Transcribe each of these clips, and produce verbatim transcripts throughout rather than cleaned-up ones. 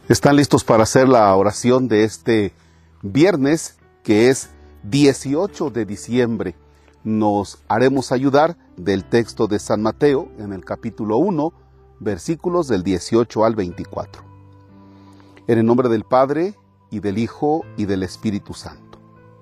¿Están listos para hacer la oración de este viernes, que es dieciocho de diciembre? Nos haremos ayudar del texto de San Mateo en el capítulo uno, versículos del dieciocho al veinticuatro. En el nombre del Padre, y del Hijo, y del Espíritu Santo.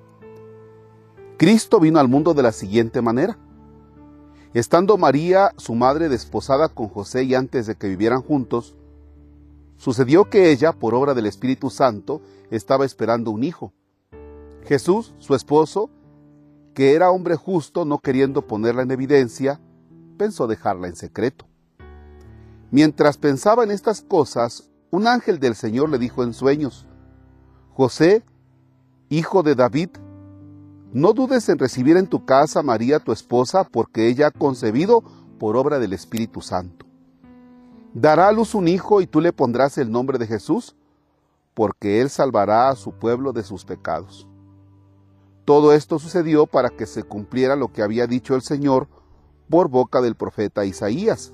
Cristo vino al mundo de la siguiente manera. Estando María, su madre, desposada con José, y antes de que vivieran juntos, sucedió que ella, por obra del Espíritu Santo, estaba esperando un hijo. Jesús, su esposo, que era hombre justo, no queriendo ponerla en evidencia, pensó dejarla en secreto. Mientras pensaba en estas cosas, un ángel del Señor le dijo en sueños: José, hijo de David, no dudes en recibir en tu casa a María, tu esposa, porque ella ha concebido por obra del Espíritu Santo. Dará a luz un hijo y tú le pondrás el nombre de Jesús, porque él salvará a su pueblo de sus pecados. Todo esto sucedió para que se cumpliera lo que había dicho el Señor por boca del profeta Isaías.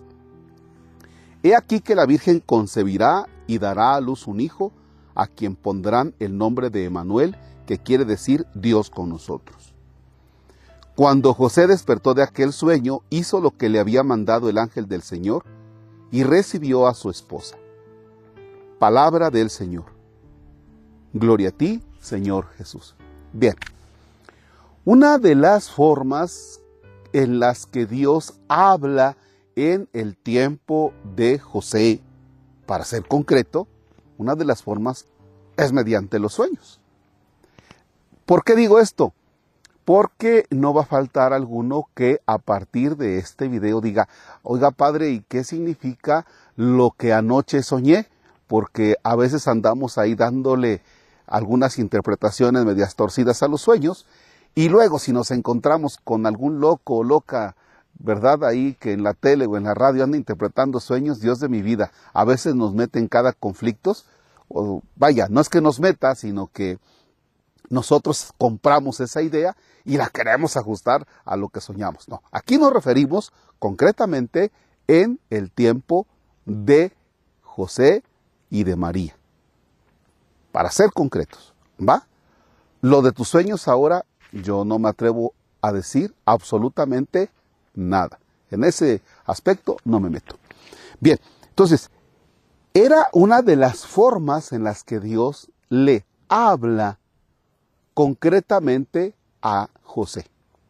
He aquí que la Virgen concebirá y dará a luz un hijo, a quien pondrán el nombre de Emmanuel, que quiere decir Dios con nosotros. Cuando José despertó de aquel sueño, hizo lo que le había mandado el ángel del Señor, y recibió a su esposa. Palabra del Señor. Gloria a ti, Señor Jesús. Bien, una de las formas en las que Dios habla en el tiempo de José, para ser concreto, una de las formas es mediante los sueños. ¿Por qué digo esto? Porque no va a faltar alguno que a partir de este video diga: oiga, padre, ¿y qué significa lo que anoche soñé? Porque a veces andamos ahí dándole algunas interpretaciones medias torcidas a los sueños, y luego si nos encontramos con algún loco o loca, ¿verdad? Ahí que en la tele o en la radio anda interpretando sueños, Dios de mi vida, a veces nos mete en cada conflicto, o vaya, no es que nos meta, sino que nosotros compramos esa idea y la queremos ajustar a lo que soñamos. No, aquí nos referimos concretamente en el tiempo de José y de María. Para ser concretos, ¿va? Lo de tus sueños ahora yo no me atrevo a decir absolutamente nada. En ese aspecto no me meto. Bien, entonces, era una de las formas en las que Dios le habla concretamente a José.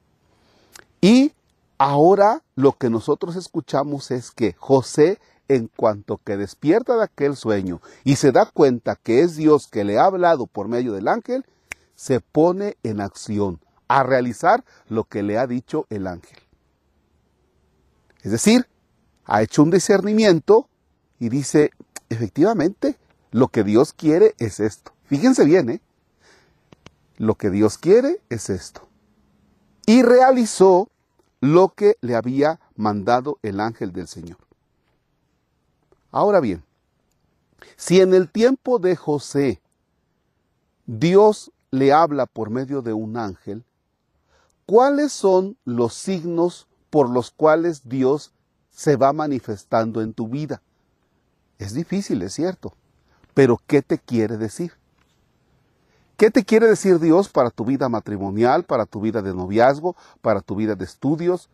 Y ahora lo que nosotros escuchamos es que José, en cuanto que despierta de aquel sueño y se da cuenta que es Dios que le ha hablado por medio del ángel, se pone en acción a realizar lo que le ha dicho el ángel. Es decir, ha hecho un discernimiento y dice: efectivamente, lo que Dios quiere es esto. Fíjense bien, ¿eh? Lo que Dios quiere es esto. Y realizó lo que le había mandado el ángel del Señor. Ahora bien, si en el tiempo de José Dios le habla por medio de un ángel, ¿cuáles son los signos por los cuales Dios se va manifestando en tu vida? Es difícil, es cierto, pero ¿qué te quiere decir? ¿Qué te quiere decir Dios para tu vida matrimonial, para tu vida de noviazgo, para tu vida de estudios?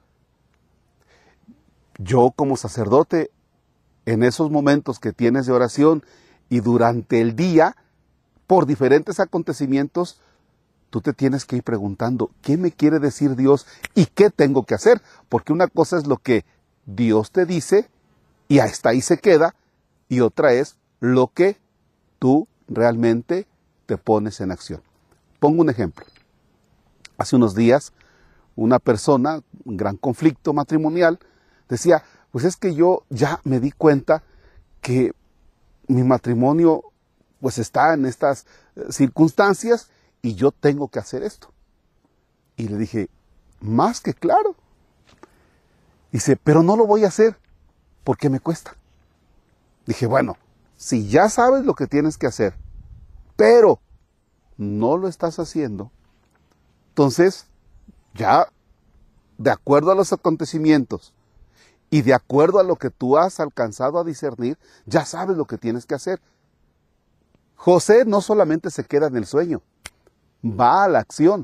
Yo como sacerdote, en esos momentos que tienes de oración y durante el día, por diferentes acontecimientos, tú te tienes que ir preguntando: ¿qué me quiere decir Dios y qué tengo que hacer? Porque una cosa es lo que Dios te dice y hasta ahí se queda, y otra es lo que tú realmente te pones en acción. Pongo un ejemplo. Hace unos días, una persona, un gran conflicto matrimonial, decía: pues es que yo ya me di cuenta que mi matrimonio pues está en estas circunstancias y yo tengo que hacer esto. Y le dije: más que claro. Dice: pero no lo voy a hacer porque me cuesta. Dije: bueno, si ya sabes lo que tienes que hacer, pero no lo estás haciendo, entonces ya de acuerdo a los acontecimientos y de acuerdo a lo que tú has alcanzado a discernir, ya sabes lo que tienes que hacer. José no solamente se queda en el sueño, va a la acción.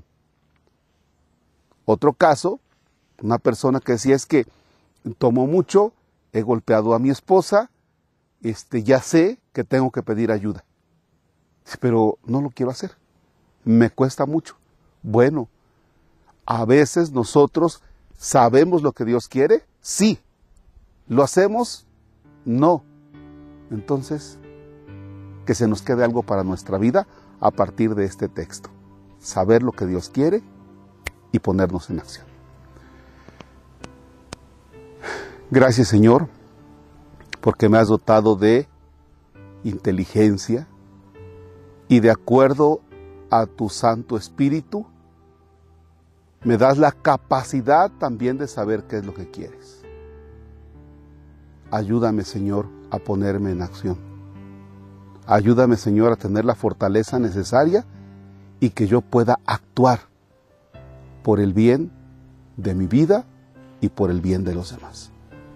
Otro caso, una persona que decía es que tomo mucho, he golpeado a mi esposa, este, ya sé que tengo que pedir ayuda, pero no lo quiero hacer, me cuesta mucho. Bueno, a veces nosotros sabemos lo que Dios quiere, sí. ¿Lo hacemos? No. Entonces, que se nos quede algo para nuestra vida a partir de este texto. Saber lo que Dios quiere y ponernos en acción. Gracias, Señor, porque me has dotado de inteligencia y de acuerdo a tu Santo Espíritu, me das la capacidad también de saber qué es lo que quieres. Ayúdame, Señor, a ponerme en acción. Ayúdame, Señor, a tener la fortaleza necesaria y que yo pueda actuar por el bien de mi vida y por el bien de los demás.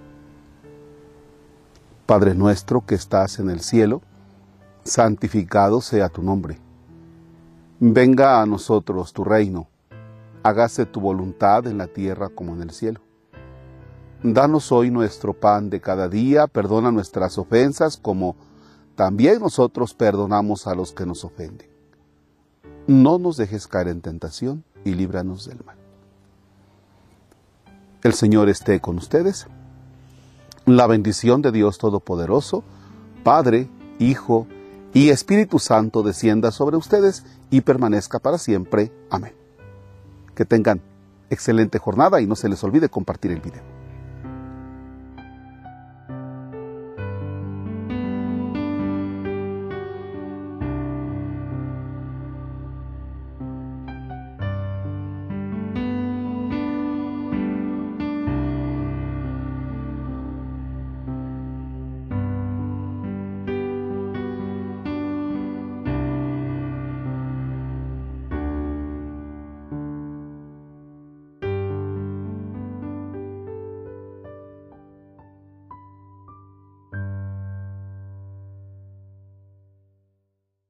Padre nuestro que estás en el cielo, santificado sea tu nombre. Venga a nosotros tu reino. Hágase tu voluntad en la tierra como en el cielo. Danos hoy nuestro pan de cada día, perdona nuestras ofensas como también nosotros perdonamos a los que nos ofenden. No nos dejes caer en tentación y líbranos del mal. El Señor esté con ustedes. La bendición de Dios Todopoderoso, Padre, Hijo y Espíritu Santo descienda sobre ustedes y permanezca para siempre. Amén. Que tengan excelente jornada y no se les olvide compartir el video.